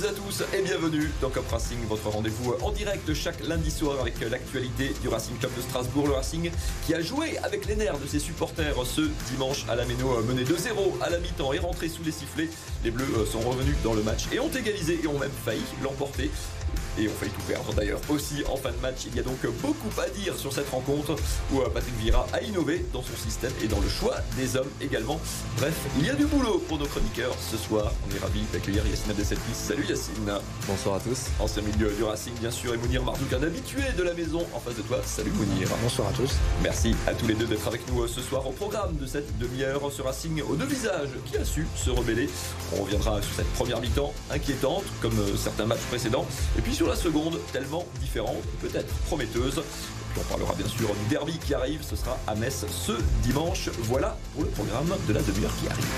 toutes et à tous et bienvenue dans Cop Racing, votre rendez-vous en direct chaque lundi soir avec l'actualité du Racing Club de Strasbourg. Le Racing qui a joué avec les nerfs de ses supporters ce dimanche à la Méno, mené 2-0 à la mi-temps et rentré sous les sifflets. Les Bleus sont revenus dans le match et ont égalisé et ont même failli l'emporter. Et on failli tout perdre d'ailleurs aussi en fin de match. Il y a donc beaucoup à dire sur cette rencontre où Patrick Vieira a innové dans son système et dans le choix des hommes également. Bref, il y a du boulot pour nos chroniqueurs ce soir. On est ravis d'accueillir Yacine Abdesselfi. Salut Yacine. Bonsoir à tous. Ancien milieu du Racing bien sûr, et Mounir Marzouk, un habitué de la maison en face de toi. Salut Mounir. Bonsoir à tous. Merci à tous les deux d'être avec nous ce soir au programme de cette demi-heure. Ce Racing aux deux visages qui a su se rebeller. On reviendra sur cette première mi-temps inquiétante comme certains matchs précédents. Et puis sur la seconde, tellement différente, peut-être prometteuse. Et puis on parlera bien sûr du derby qui arrive, ce sera à Metz ce dimanche. Voilà pour le programme de la demi-heure qui arrive.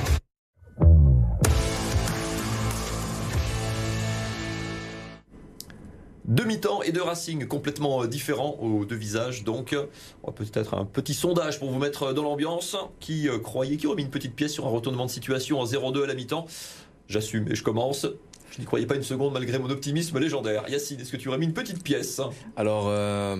Deux mi-temps et deux Racing complètement différents aux deux visages. Donc, on va peut-être un petit sondage pour vous mettre dans l'ambiance. Qui aurait mis une petite pièce sur un retournement de situation en 0-2 à la mi-temps? J'assume et je commence. Je n'y croyais pas une seconde malgré mon optimisme légendaire. Yacine, est-ce que tu aurais mis une petite pièce? Alors,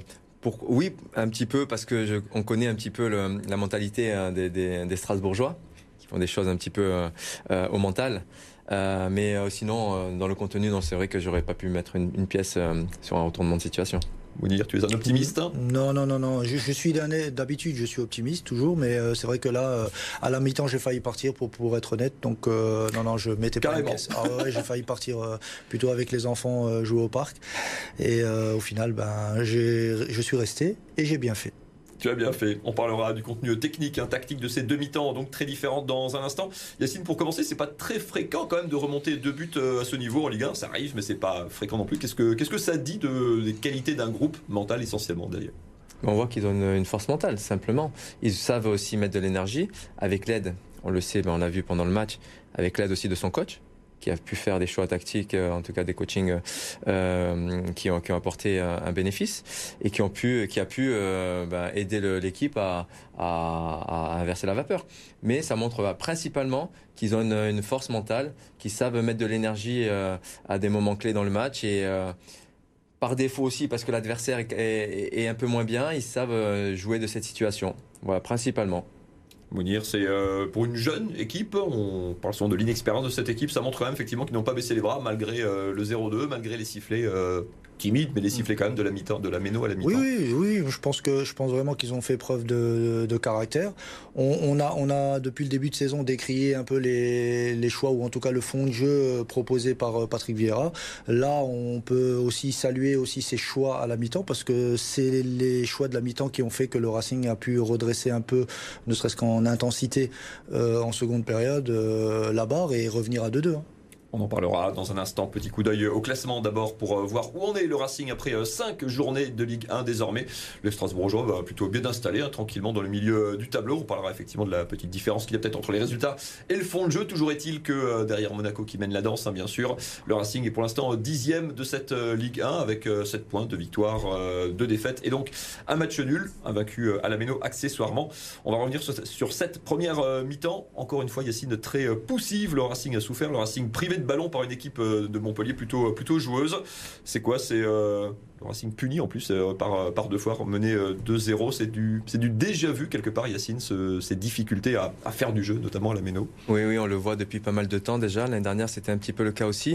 oui, un petit peu, parce que on connaît un petit peu la mentalité des Strasbourgeois, qui font des choses un petit peu au mental. Mais sinon, dans le contenu, non, c'est vrai que j'aurais pas pu mettre une pièce sur un retournement de situation. Mounir, tu es un optimiste? Non. Je suis d'habitude, je suis optimiste toujours, mais c'est vrai que là, à la mi-temps, j'ai failli partir pour être honnête. Donc non, je mettais pas une pièce. J'ai failli partir plutôt avec les enfants jouer au parc. Et au final, je suis resté et j'ai bien fait. Tu as bien fait. On parlera du contenu technique, tactique de ces deux mi-temps, donc très différentes dans un instant. Yacine, pour commencer, c'est pas très fréquent quand même de remonter 2 buts à ce niveau en Ligue 1. Ça arrive, mais c'est pas fréquent non plus. Qu'est-ce que ça dit des qualités d'un groupe mental essentiellement d'ailleurs? On voit qu'ils ont une force mentale, simplement. Ils savent aussi mettre de l'énergie avec l'aide. On le sait, on l'a vu pendant le match, avec l'aide aussi de son coach, qui a pu faire des choix tactiques, en tout cas des coachings qui ont apporté un bénéfice et qui a pu aider l'équipe à inverser la vapeur. Mais ça montre principalement qu'ils ont une force mentale, qu'ils savent mettre de l'énergie à des moments clés dans le match et par défaut aussi, parce que l'adversaire est un peu moins bien, ils savent jouer de cette situation. Voilà, principalement. Mounir, c'est pour une jeune équipe, on parle souvent de l'inexpérience de cette équipe, ça montre quand même effectivement qu'ils n'ont pas baissé les bras malgré le 0-2, malgré les sifflets timides, mais les sifflets quand même de la mi-temps, de la Méno à la mi-temps. Oui, je pense vraiment qu'ils ont fait preuve de caractère. On a depuis le début de saison décrié un peu les choix, ou en tout cas le fond de jeu proposé par Patrick Vieira. Là, on peut aussi saluer aussi ses choix à la mi-temps, parce que c'est les choix de la mi-temps qui ont fait que le Racing a pu redresser un peu, ne serait-ce qu'en intensité en seconde période, la barre et revenir à 2-2. On en parlera dans un instant. Petit coup d'œil au classement d'abord pour voir où en est le Racing après 5 journées de Ligue 1 désormais. Le Strasbourgeois va plutôt bien installé tranquillement dans le milieu du tableau. On parlera effectivement de la petite différence qu'il y a peut-être entre les résultats et le fond de jeu. Toujours est-il que derrière Monaco qui mène la danse, bien sûr, le Racing est pour l'instant 10e de cette Ligue 1 avec 7 points, de victoires, 2 défaites et donc un match nul, un vaincu à la Méno accessoirement. On va revenir sur cette première mi-temps. Encore une fois, Yacine, très poussive. Le Racing a souffert. Le Racing privé de ballon par une équipe de Montpellier plutôt joueuse. C'est quoi? C'est le Racing puni en plus par 2 fois, mené 2-0. C'est du déjà vu quelque part, Yacine, ces difficultés à faire du jeu, notamment à la Méno. Oui, on le voit depuis pas mal de temps déjà. L'année dernière, c'était un petit peu le cas aussi.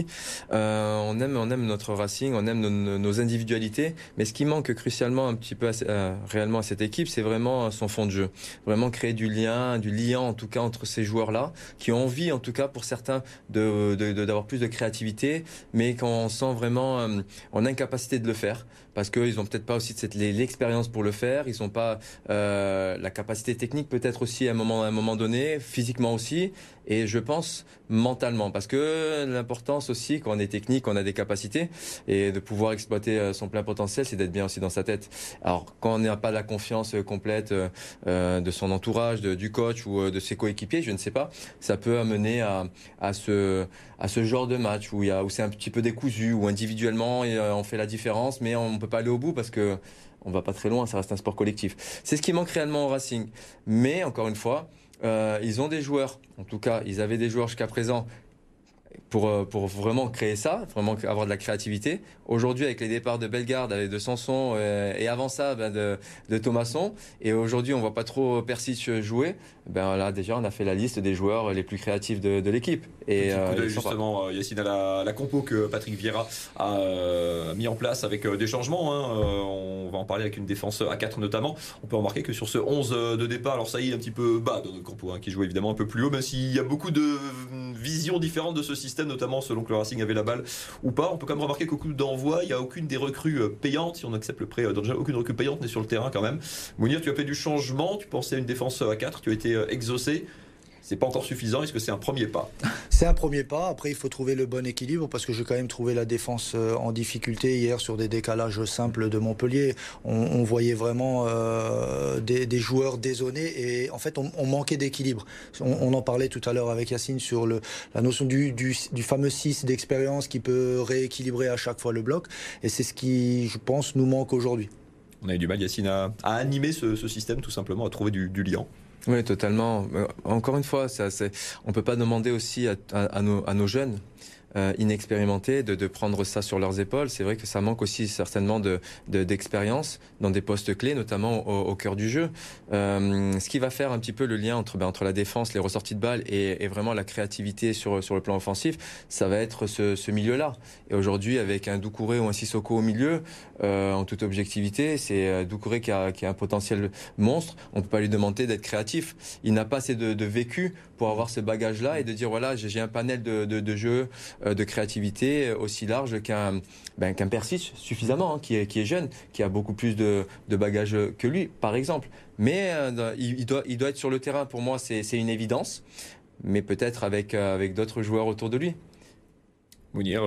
On aime notre Racing, on aime nos individualités, mais ce qui manque crucialement un petit peu réellement à cette équipe, c'est vraiment son fond de jeu. Vraiment créer du lien en tout cas entre ces joueurs-là, qui ont envie en tout cas pour certains d'avoir plus de créativité, mais qu'on sent vraiment en incapacité de le faire. Parce qu'ils n'ont peut-être pas aussi l'expérience pour le faire, ils n'ont pas la capacité technique peut-être aussi à un moment donné, physiquement aussi, et je pense mentalement, parce que l'importance aussi quand on est technique, on a des capacités, et de pouvoir exploiter son plein potentiel, c'est d'être bien aussi dans sa tête. Alors quand on n'a pas la confiance complète de son entourage, du coach ou de ses coéquipiers, je ne sais pas, ça peut amener à ce genre de match où c'est un petit peu décousu, où individuellement on fait la différence, mais on ne peut pas aller au bout parce que on va pas très loin, ça reste un sport collectif. C'est ce qui manque réellement au Racing. Mais encore une fois, ils ont des joueurs, en tout cas ils avaient des joueurs jusqu'à présent pour vraiment créer ça, vraiment avoir de la créativité. Aujourd'hui, avec les départs de Bellegarde, avec de Sanson, et avant ça, de Thomasson, et aujourd'hui, on voit pas trop Persic jouer, là, déjà, on a fait la liste des joueurs les plus créatifs de l'équipe. Et justement, Yacine, à la compo que Patrick Vieira a mis en place avec des changements. On va en parler avec une défense à 4 notamment. On peut remarquer que sur ce 11 de départ, alors ça y est, un petit peu bas dans notre compo, qui joue évidemment un peu plus haut, même s'il y a beaucoup de visions différentes de ce système, notamment selon que le Racing avait la balle ou pas. On peut quand même remarquer qu'au coup d'envoi, il n'y a aucune des recrues payantes, si on accepte le prêt d'Angel, aucune recrue payante n'est sur le terrain quand même. Mounir, tu as fait du changement, tu pensais à une défense à 4, tu as été exaucé. C'est pas encore suffisant, est-ce que c'est un premier pas? C'est un premier pas, après il faut trouver le bon équilibre parce que j'ai quand même trouvé la défense en difficulté hier sur des décalages simples de Montpellier. On voyait vraiment des joueurs désonnés et en fait on manquait d'équilibre. On en parlait tout à l'heure avec Yacine sur la notion du fameux 6 d'expérience qui peut rééquilibrer à chaque fois le bloc et c'est ce qui, je pense, nous manque aujourd'hui. On a eu du mal, Yacine, à animer ce système tout simplement, à trouver du liant. Oui, totalement. Encore une fois, on peut pas demander aussi à nos jeunes inexpérimentés de prendre ça sur leurs épaules. C'est vrai que ça manque aussi certainement d'expérience dans des postes clés, notamment au cœur du jeu. Ce qui va faire un petit peu le lien entre la défense, les ressorties de balles et vraiment la créativité sur le plan offensif, ça va être ce milieu-là. Et aujourd'hui, avec un Doucouré ou un Sissoko au milieu, en toute objectivité, c'est Doucouré qui a un potentiel monstre. On peut pas lui demander d'être créatif. Il n'a pas assez de vécu pour avoir ce bagage-là et de dire voilà, j'ai un panel de jeux, de créativité aussi large qu'un Persic suffisamment, qui est jeune, qui a beaucoup plus de bagages que lui, par exemple. Mais il doit être sur le terrain. Pour moi, c'est une évidence. Mais peut-être avec d'autres joueurs autour de lui. Mounir,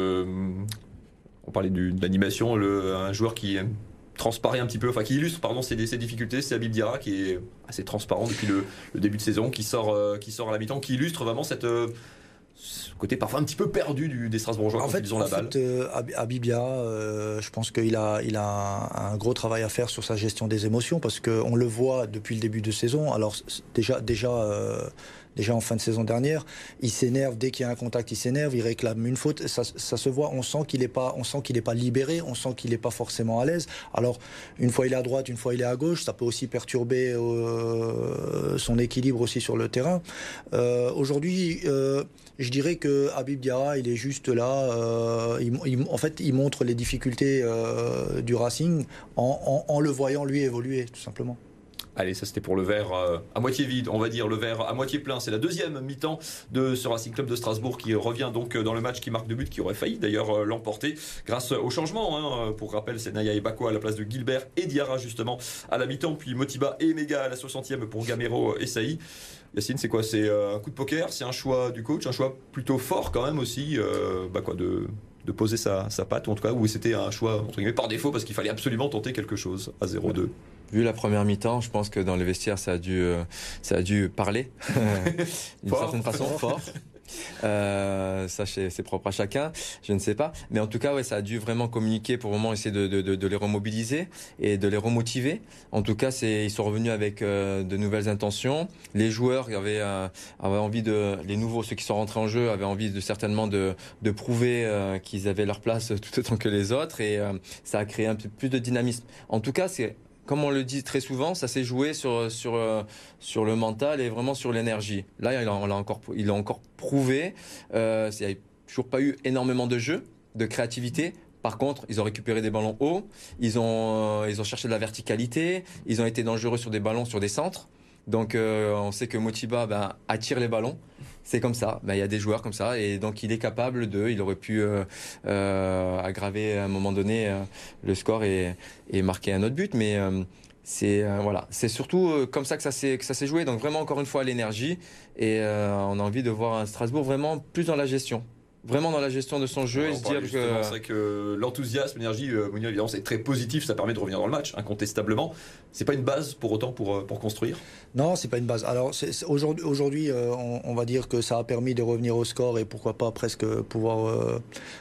on parlait de l'animation, un joueur qui transparaît un petit peu, qui illustre ses difficultés, c'est Habib Diarra qui est assez transparent depuis le début de saison, qui sort à la mi-temps, qui illustre vraiment ce côté parfois un petit peu perdu des Strasbourgeois quand ils ont la balle. Habib Diarra, je pense qu'il a un gros travail à faire sur sa gestion des émotions parce qu'on le voit depuis le début de saison. Alors déjà en fin de saison dernière, il s'énerve dès qu'il y a un contact, il s'énerve, il réclame une faute, ça se voit, on sent qu'il est pas libéré, on sent qu'il est pas forcément à l'aise. Alors une fois il est à droite, une fois il est à gauche, ça peut aussi perturber son équilibre aussi sur le terrain. Aujourd'hui, je dirais que Habib Diarra, il est juste là, en fait, il montre les difficultés du Racing en le voyant lui évoluer, tout simplement. Allez, ça c'était pour le verre à moitié vide, on va dire le verre à moitié plein. C'est la deuxième mi-temps de ce Racing Club de Strasbourg qui revient donc dans le match, qui marque 2 buts, qui aurait failli d'ailleurs l'emporter grâce au changement. Pour rappel, c'est Naya et Bako à la place de Gilbert et Diarra justement à la mi-temps, puis Motiba et Mega à la 60e pour Gamero et Saï. Yacine, c'est quoi? C'est un coup de poker? C'est un choix du coach? Un choix plutôt fort quand même aussi de poser sa patte, ou en tout cas où c'était un choix entre guillemets par défaut parce qu'il fallait absolument tenter quelque chose à 0-2. Vu la première mi-temps, je pense que dans le vestiaire, ça a dû parler d'une certaine façon fort. Ça c'est propre à chacun, je ne sais pas, mais en tout cas ça a dû vraiment communiquer pour vraiment essayer de les remobiliser et de les remotiver. En tout cas ils sont revenus avec de nouvelles intentions. Les joueurs avaient envie les nouveaux, ceux qui sont rentrés en jeu avaient envie certainement de prouver qu'ils avaient leur place tout autant que les autres, et ça a créé un peu plus de dynamisme. En tout cas, comme on le dit très souvent, ça s'est joué sur le mental et vraiment sur l'énergie. Là, il a encore prouvé. Il n'y a toujours pas eu énormément de jeu, de créativité. Par contre, ils ont récupéré des ballons hauts. Ils ont cherché de la verticalité. Ils ont été dangereux sur des ballons, sur des centres. Donc, on sait que Motiba attire les ballons. C'est comme ça. Il y a des joueurs comme ça, et donc il est capable il aurait pu aggraver à un moment donné le score et marquer un autre but. Mais c'est surtout comme ça que ça s'est joué. Donc vraiment, encore une fois, l'énergie, et on a envie de voir un Strasbourg vraiment plus dans la gestion. vraiment dans la gestion de son jeu et se dire que... C'est vrai que l'enthousiasme, l'énergie, Mounir, évidemment, c'est très positif, ça permet de revenir dans le match, incontestablement. C'est pas une base pour autant pour construire? Non, c'est pas une base. Alors aujourd'hui, on va dire que ça a permis de revenir au score et pourquoi pas presque pouvoir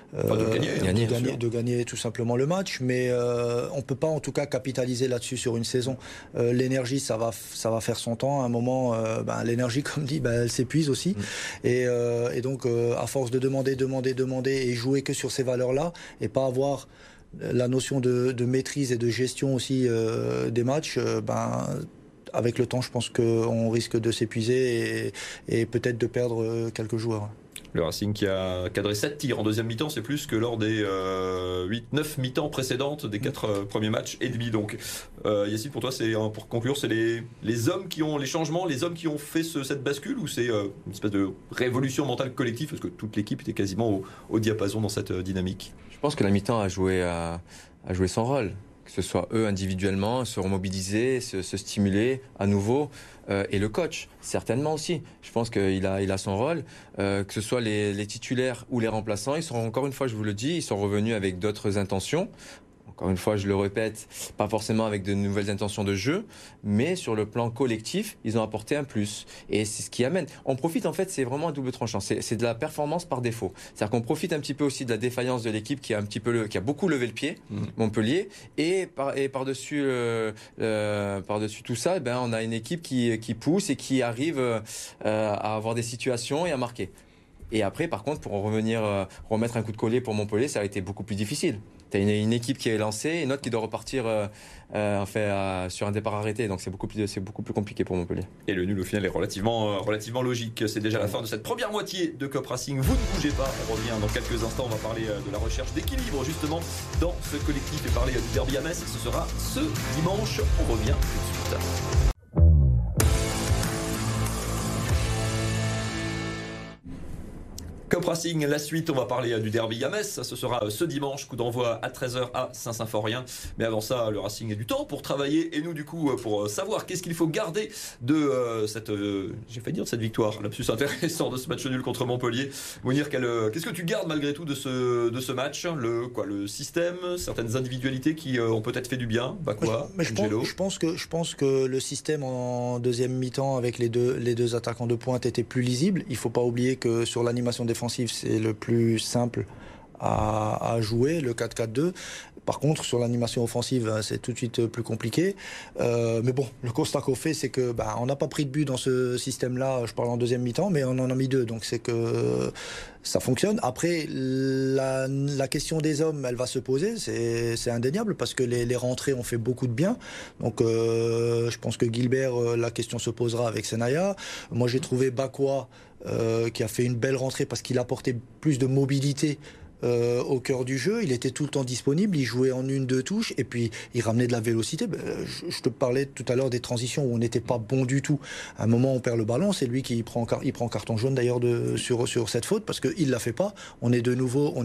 de gagner tout simplement le match. Mais on peut pas en tout cas capitaliser là-dessus sur une saison. L'énergie, ça va faire son temps. À un moment, l'énergie, comme dit, elle s'épuise aussi. Et donc, à force de demander et jouer que sur ces valeurs-là et pas avoir la notion de maîtrise et de gestion aussi des matchs, avec le temps, je pense qu'on risque de s'épuiser et peut-être de perdre quelques joueurs. Le Racing qui a cadré 7 tirs en deuxième mi-temps, c'est plus que lors des 8-9 mi-temps précédentes des 4 premiers matchs et demi. Donc, Yacine, pour toi, pour conclure, c'est les hommes qui ont les changements, les hommes qui ont fait cette bascule, ou c'est une espèce de révolution mentale collective, parce que toute l'équipe était quasiment au diapason dans cette dynamique? Je pense que la mi-temps a joué son rôle. Que ce soit eux individuellement, se remobiliser, se stimuler à nouveau, et le coach, certainement aussi. Je pense qu'il a son rôle, que ce soit les titulaires ou les remplaçants, ils sont, encore une fois, je vous le dis, ils sont revenus avec d'autres intentions. Encore une fois, je le répète, pas forcément avec de nouvelles intentions de jeu, mais sur le plan collectif, ils ont apporté un plus. Et c'est ce qui amène. On profite, en fait, c'est vraiment un double tranchant. C'est de la performance par défaut. C'est-à-dire qu'on profite un petit peu aussi de la défaillance de l'équipe qui a beaucoup levé le pied, Montpellier, et par-dessus tout ça, on a une équipe qui pousse et qui arrive à avoir des situations et à marquer. Et après, par contre, pour remettre un coup de collier pour Montpellier, ça a été beaucoup plus difficile. T'as une équipe qui est lancée et une autre qui doit repartir sur un départ arrêté. Donc c'est beaucoup plus compliqué pour Montpellier. Et le nul au final est relativement logique. C'est déjà la fin de cette première moitié de Cup Racing. Vous ne bougez pas. On revient dans quelques instants. On va parler de la recherche d'équilibre justement dans ce collectif et parler du derby à Metz. Ce sera ce dimanche. On revient tout de suite. Cup Racing, la suite, on va parler du derby à Metz. Ce sera ce dimanche, coup d'envoi à 13h à Saint-Symphorien. Mais avant ça, le Racing a du temps pour travailler. Et nous, du coup, pour savoir qu'est-ce qu'il faut garder de cette victoire, lapsus intéressant de ce match nul contre Montpellier. Mounir, qu'est-ce que tu gardes malgré tout de ce match? Le système, certaines individualités qui ont peut-être fait du bien. Je pense que le système en deuxième mi-temps avec les deux attaquants de pointe était plus lisible. Il ne faut pas oublier que sur l'animation défensive, c'est le plus simple à jouer, le 4-4-2. Par contre, sur l'animation offensive, c'est tout de suite plus compliqué. Mais bon, le constat qu'on fait, c'est que on n'a pas pris de but dans ce système-là. Je parle en deuxième mi-temps, mais on en a mis 2. Donc c'est que ça fonctionne. Après, la question des hommes, elle va se poser. C'est indéniable parce que les rentrées ont fait beaucoup de bien. Donc je pense que Gilbert, la question se posera avec Senaya. Moi, j'ai trouvé Bakwa qui a fait une belle rentrée parce qu'il apportait plus de mobilité au cœur du jeu. Il était tout le temps disponible, il jouait en 1-2 touches et puis il ramenait de la vélocité. Je te parlais tout à l'heure des transitions où on n'était pas bon du tout. À un moment on perd le ballon, c'est lui qui prend carton jaune d'ailleurs sur cette faute parce qu'il la fait pas. On est de nouveau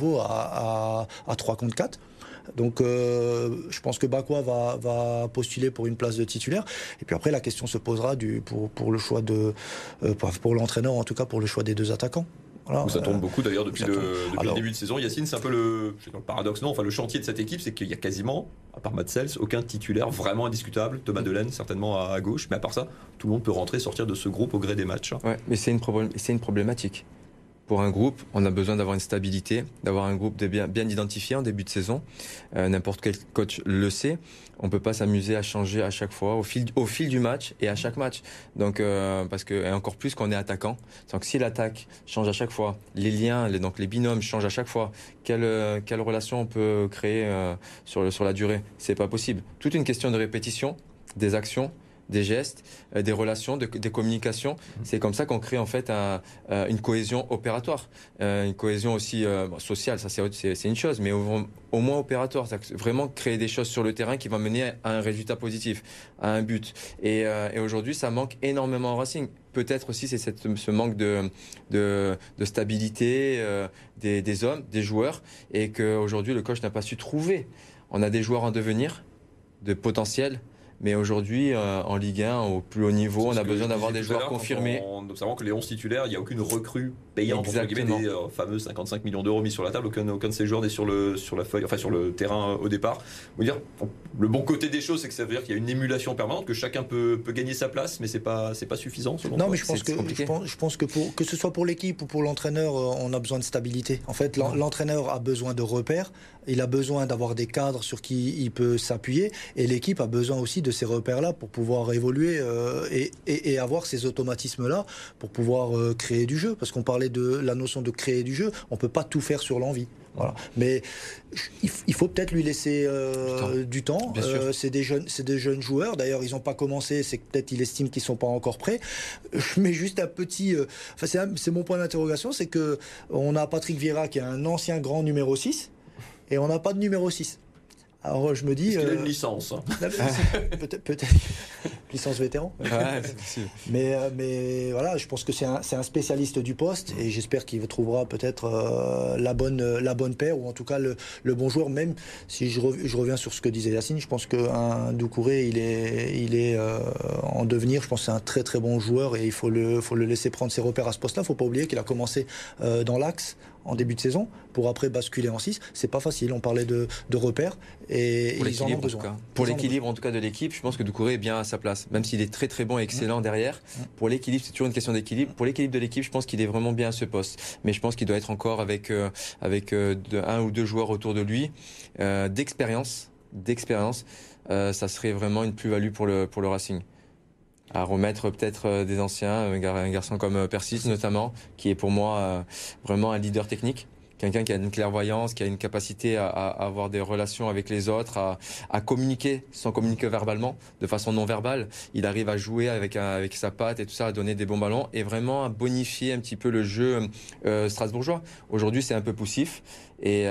à 3 contre 4. Donc je pense que Bakwa va postuler pour une place de titulaire et puis après la question se posera pour le choix pour l'entraîneur, en tout cas pour le choix des deux attaquants. Voilà, ça tourne beaucoup d'ailleurs depuis le début de saison. Yacine, c'est un peu le paradoxe, non? Enfin, le chantier de cette équipe, c'est qu'il y a quasiment, à part Matsels, aucun titulaire vraiment indiscutable. Thomas Delaine, certainement à gauche, mais à part ça, tout le monde peut rentrer, sortir de ce groupe au gré des matchs. Ouais, mais c'est une problématique. Pour un groupe, on a besoin d'avoir une stabilité, d'avoir un groupe bien identifié en début de saison. N'importe quel coach le sait. On peut pas s'amuser à changer à chaque fois, au fil du match et à chaque match. Donc, et encore plus qu'on est attaquant. Donc, si l'attaque change à chaque fois, les liens, les binômes changent à chaque fois, quelle relation on peut créer sur la durée? C'est pas possible. Toute une question de répétition, des actions, des gestes, des relations, des communications. C'est comme ça qu'on crée en fait une cohésion opératoire, une cohésion aussi sociale. Ça c'est une chose, mais au moins opératoire. Vraiment créer des choses sur le terrain qui vont mener à un résultat positif, à un but. Et aujourd'hui, ça manque énormément au Racing. Peut-être aussi c'est ce manque de stabilité des hommes, des joueurs, et qu'aujourd'hui le coach n'a pas su trouver. On a des joueurs en devenir, de potentiel. Mais aujourd'hui, en Ligue 1, au plus haut niveau, on a besoin d'avoir des joueurs confirmés. En observant que les 11 titulaires, il n'y a aucune recrue payante, entre guillemets, des fameux 55 millions d'euros mis sur la table. Aucun de ces joueurs n'est sur la feuille, enfin sur le terrain au départ. Le bon côté des choses, c'est que ça veut dire qu'il y a une émulation permanente, que chacun peut gagner sa place, mais c'est pas suffisant. Non, mais je pense que ce soit pour l'équipe ou pour l'entraîneur, on a besoin de stabilité. En fait, l'entraîneur a besoin de repères, il a besoin d'avoir des cadres sur qui il peut s'appuyer, et l'équipe a besoin aussi de ces repères-là pour pouvoir évoluer et avoir ces automatismes-là pour pouvoir créer du jeu. Parce qu'on parlait de la notion de créer du jeu, on ne peut pas tout faire sur l'envie. Voilà. Mais il faut peut-être lui laisser du temps. C'est des jeunes joueurs. D'ailleurs, ils n'ont pas commencé. C'est que peut-être il estime qu'ils ne sont pas encore prêts. Mais juste un petit... c'est mon point d'interrogation. C'est qu'on a Patrick Vieira qui est un ancien grand numéro 6 et on n'a pas de numéro 6. Alors je me dis... Est-ce qu'il a une licence Peut-être. Licence vétéran. Ouais, c'est possible. Mais voilà, je pense que c'est un spécialiste du poste et j'espère qu'il trouvera peut-être la bonne paire ou en tout cas le bon joueur. Même si je reviens sur ce que disait Yacine, je pense qu'un Doucouré, il est en devenir. Je pense que c'est un très très bon joueur et il faut le laisser prendre ses repères à ce poste-là. Il ne faut pas oublier qu'il a commencé dans l'axe en début de saison pour après basculer en 6. C'est pas facile. On parlait de repères et ils en ont besoin. Pour l'équilibre en tout cas de l'équipe, je pense que Doucouré est bien à sa place. Même s'il est très très bon et excellent derrière, pour l'équilibre, c'est toujours une question d'équilibre. Pour l'équilibre de l'équipe, je pense qu'il est vraiment bien à ce poste. Mais je pense qu'il doit être encore avec un ou deux joueurs autour de lui d'expérience. Ça serait vraiment une plus-value pour le Racing. À remettre peut-être des anciens, un garçon comme Persis notamment, qui est pour moi vraiment un leader technique. Quelqu'un qui a une clairvoyance, qui a une capacité à avoir des relations avec les autres, à communiquer sans communiquer verbalement, de façon non verbale. Il arrive à jouer avec sa patte et tout ça, à donner des bons ballons et vraiment à bonifier un petit peu le jeu strasbourgeois. Aujourd'hui, c'est un peu poussif et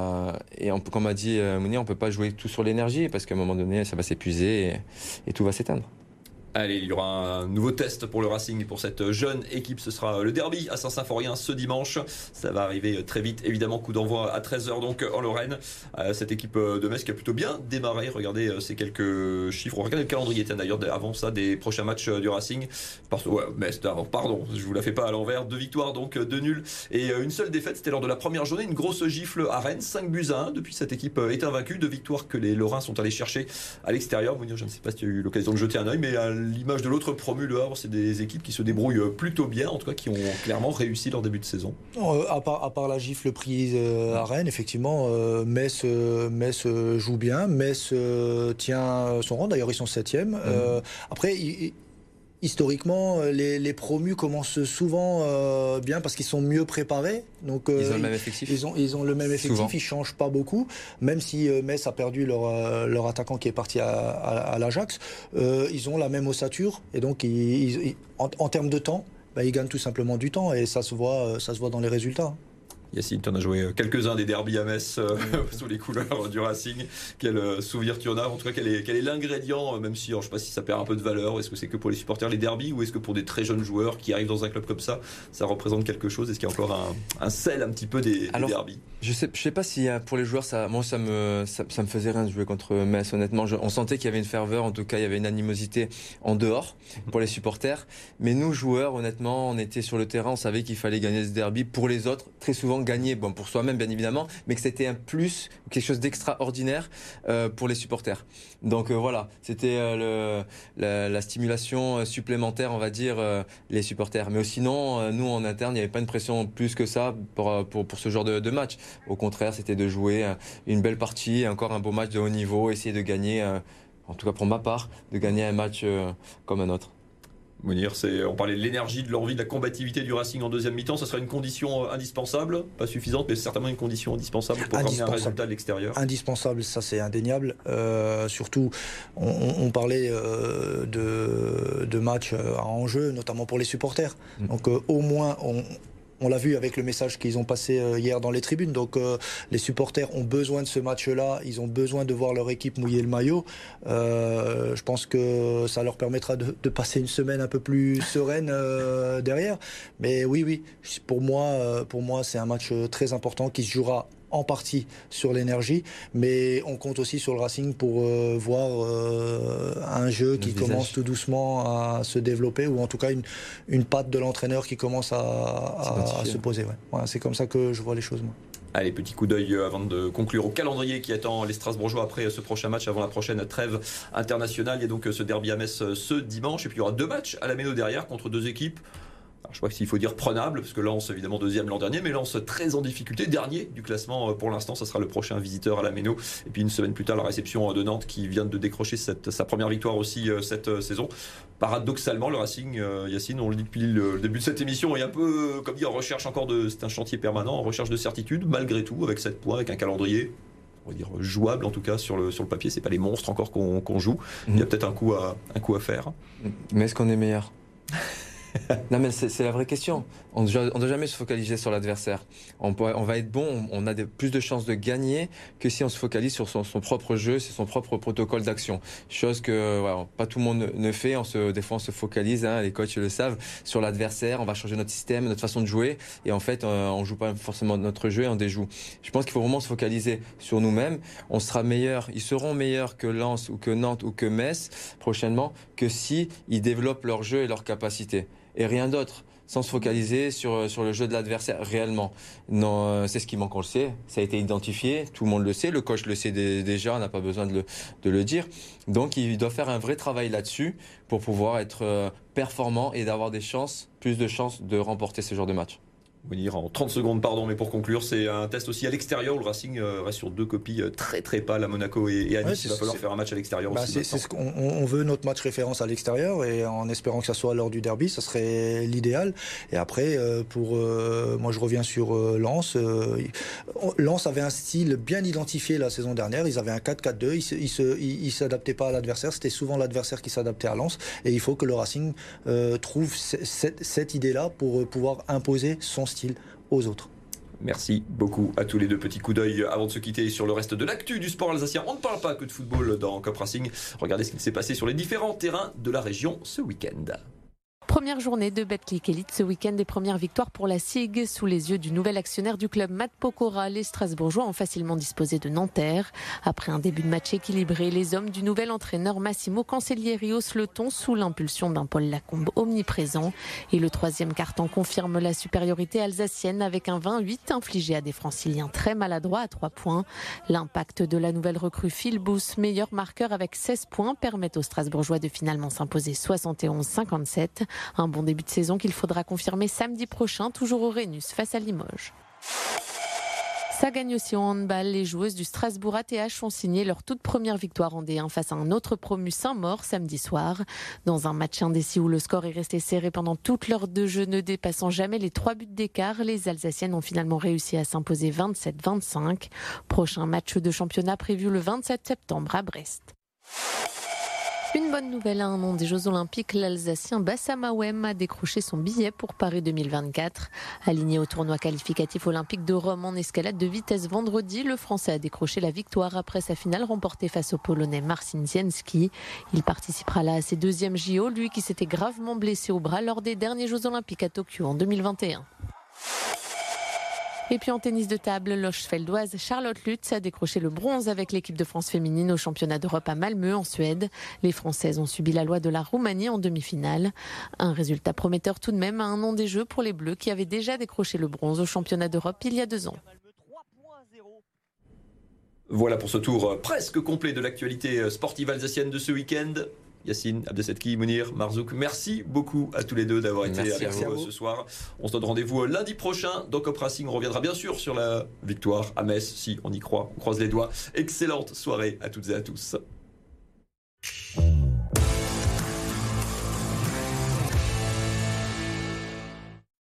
comme a dit Mounir, on peut pas jouer tout sur l'énergie parce qu'à un moment donné, ça va s'épuiser et tout va s'éteindre. Allez, il y aura un nouveau test pour le Racing et pour cette jeune équipe. Ce sera le derby à Saint-Symphorien ce dimanche. Ça va arriver très vite. Évidemment, coup d'envoi à 13h donc en Lorraine. Cette équipe de Metz qui a plutôt bien démarré. Regardez ces quelques chiffres. Regardez le calendrier d'ailleurs avant ça des prochains matchs du Racing. Metz d'avant, pardon, je vous la fais pas à l'envers. 2 victoires donc 2 nuls et une seule défaite. C'était lors de la première journée. Une grosse gifle à Rennes, 5-1. Depuis, cette équipe est invaincue. 2 victoires que les Lorrains sont allés chercher à l'extérieur. Je ne sais pas si tu as eu l'occasion de jeter un œil, mais l'image de l'autre promu, le Havre, c'est des équipes qui se débrouillent plutôt bien, en tout cas qui ont clairement réussi leur début de saison. À part la gifle prise à Rennes, effectivement, Metz joue bien, Metz tient son rang, d'ailleurs ils sont 7e. Après, historiquement, les promus commencent souvent bien parce qu'ils sont mieux préparés. Donc, ils ont le même effectif. Ils ont le même effectif, souvent. Ils ne changent pas beaucoup. Même si Metz a perdu leur attaquant qui est parti à l'Ajax, ils ont la même ossature. Et donc, en termes de temps, ils gagnent tout simplement du temps. Et ça se voit dans les résultats. Yacine, tu en as joué quelques-uns des derbies à Metz sous les couleurs du Racing. Quel souvenir tu en as? En tout cas, quel est l'ingrédient, même si, je ne sais pas si ça perd un peu de valeur, est-ce que c'est que pour les supporters les derbies ou est-ce que pour des très jeunes joueurs qui arrivent dans un club comme ça représente quelque chose? Est-ce qu'il y a encore un sel un petit peu des derbies? Je sais pas si pour les joueurs, ça me faisait rien de jouer contre Metz, honnêtement. On sentait qu'il y avait une ferveur, en tout cas, il y avait une animosité en dehors pour les supporters. Mais nous, joueurs, honnêtement, on était sur le terrain, on savait qu'il fallait gagner ce derby pour les autres, très souvent gagner, pour soi-même bien évidemment, mais que c'était un plus, quelque chose d'extraordinaire pour les supporters. Donc voilà, c'était la stimulation supplémentaire, on va dire, les supporters. Mais sinon, nous en interne, il n'y avait pas une pression plus que ça pour ce genre de match. Au contraire, c'était de jouer une belle partie, encore un beau match de haut niveau, essayer de gagner, en tout cas pour ma part, de gagner un match comme un autre. Mounir, on parlait de l'énergie, de l'envie, de la combativité du Racing en deuxième mi-temps. Ça serait une condition indispensable, pas suffisante, mais certainement une condition indispensable pour ramener un résultat de l'extérieur. Indispensable, ça c'est indéniable. Surtout, on parlait de matchs à enjeu, notamment pour les supporters. Donc au moins, on l'a vu avec le message qu'ils ont passé hier dans les tribunes. Donc les supporters ont besoin de ce match-là. Ils ont besoin de voir leur équipe mouiller le maillot. Je pense que ça leur permettra de passer une semaine un peu plus sereine derrière. Mais oui, pour moi c'est un match très important qui se jouera en partie sur l'énergie, mais on compte aussi sur le Racing pour voir un jeu qui commence tout doucement à se développer, ou en tout cas une patte de l'entraîneur qui commence à se poser. Ouais. Voilà, c'est comme ça que je vois les choses, moi. Allez, petit coup d'œil avant de conclure au calendrier qui attend les Strasbourgeois après ce prochain match, avant la prochaine trêve internationale. Il y a donc ce derby à Metz ce dimanche, et puis il y aura 2 matchs à la Méno derrière contre 2 équipes. Alors, je crois qu'il faut dire prenable, parce que Lens évidemment 2e l'an dernier, mais Lens très en difficulté, dernier du classement pour l'instant. Ça sera le prochain visiteur à la Méno, et puis une semaine plus tard la réception de Nantes qui vient de décrocher sa première victoire aussi cette saison. Paradoxalement, le Racing, Yacine, on le dit depuis le début de cette émission, est un peu, comme dit, en recherche encore c'est un chantier permanent, en recherche de certitude, malgré tout, avec 7 points, avec un calendrier, on va dire, jouable en tout cas sur le papier. C'est pas les monstres encore qu'on joue. Il y a peut-être un coup à faire. Mais est-ce qu'on est meilleur? Non, mais c'est la vraie question. On ne doit jamais se focaliser sur l'adversaire. On va être bon, on a plus de chances de gagner que si on se focalise sur son propre jeu, c'est son propre protocole d'action. Chose que pas tout le monde ne fait. Des fois, on se focalise, les coachs le savent, sur l'adversaire. On va changer notre système, notre façon de jouer. Et en fait, on joue pas forcément notre jeu et on déjoue. Je pense qu'il faut vraiment se focaliser sur nous-mêmes. On sera meilleur, ils seront meilleurs que Lens ou que Nantes ou que Metz prochainement, que si ils développent leur jeu et leurs capacités. Et rien d'autre, sans se focaliser sur le jeu de l'adversaire réellement. Non, c'est ce qui manque, on le sait, ça a été identifié, tout le monde le sait, le coach le sait déjà, on n'a pas besoin de le dire. Donc il doit faire un vrai travail là-dessus pour pouvoir être performant et d'avoir plus de chances de remporter ce genre de match. On va dire en 30 secondes, pardon, mais pour conclure, c'est un test aussi à l'extérieur où le Racing reste sur 2 copies très très pâles à Monaco et à Nice. Il va falloir faire un match à l'extérieur aussi. C'est ce qu'on veut, notre match référence à l'extérieur, et en espérant que ça soit lors du derby, ça serait l'idéal. Et après, moi je reviens sur Lens. Lens avait un style bien identifié la saison dernière. Ils avaient un 4-4-2. Ils s'adaptaient pas à l'adversaire. C'était souvent l'adversaire qui s'adaptait à Lens. Et il faut que le Racing trouve cette idée-là pour pouvoir imposer son style aux autres. Merci beaucoup à tous les deux. Petit coup d'œil avant de se quitter sur le reste de l'actu du sport alsacien. On ne parle pas que de football dans Cop Racing. Regardez ce qui s'est passé sur les différents terrains de la région ce week-end. Première journée de Betclic Elite ce week-end, des premières victoires pour la SIG sous les yeux du nouvel actionnaire du club, Matt Pokora. Les Strasbourgeois ont facilement disposé de Nanterre. Après un début de match équilibré, les hommes du nouvel entraîneur Massimo Cancellieri haussent le ton sous l'impulsion d'un Paul Lacombe omniprésent. Et le troisième quart-temps confirme la supériorité alsacienne avec un 20-8 infligé à des Franciliens très maladroits à 3 points. L'impact de la nouvelle recrue Phil Booth, meilleur marqueur avec 16 points, permet aux Strasbourgeois de finalement s'imposer 71-57. Un bon début de saison qu'il faudra confirmer samedi prochain, toujours au Rhenus face à Limoges. Ça gagne aussi en handball. Les joueuses du Strasbourg ATH ont signé leur toute première victoire en D1 face à un autre promu Saint-Maur samedi soir. Dans un match indécis où le score est resté serré pendant toute l'heure de jeu, ne dépassant jamais les 3 buts d'écart, les Alsaciennes ont finalement réussi à s'imposer 27-25. Prochain match de championnat prévu le 27 septembre à Brest. Une bonne nouvelle à un an des Jeux Olympiques, l'Alsacien Bassam Awem a décroché son billet pour Paris 2024. Aligné au tournoi qualificatif olympique de Rome en escalade de vitesse vendredi, le Français a décroché la victoire après sa finale remportée face au Polonais Marcin Zienski. Il participera là à ses 2e JO, lui qui s'était gravement blessé au bras lors des derniers Jeux Olympiques à Tokyo en 2021. Et puis en tennis de table, l'Oschfeldoise Charlotte Lutz a décroché le bronze avec l'équipe de France féminine au championnat d'Europe à Malmö en Suède. Les Françaises ont subi la loi de la Roumanie en demi-finale. Un résultat prometteur tout de même à un an des Jeux pour les Bleus qui avaient déjà décroché le bronze au championnat d'Europe il y a 2 ans. Voilà pour ce tour presque complet de l'actualité sportive alsacienne de ce week-end. Yacine, Abdesetki, Mounir, Marzouk, merci beaucoup à tous les deux d'avoir été avec nous ce soir. On se donne rendez-vous lundi prochain dans Cop Racing. On reviendra bien sûr sur la victoire à Metz, si on y croit. On croise les doigts. Excellente soirée à toutes et à tous.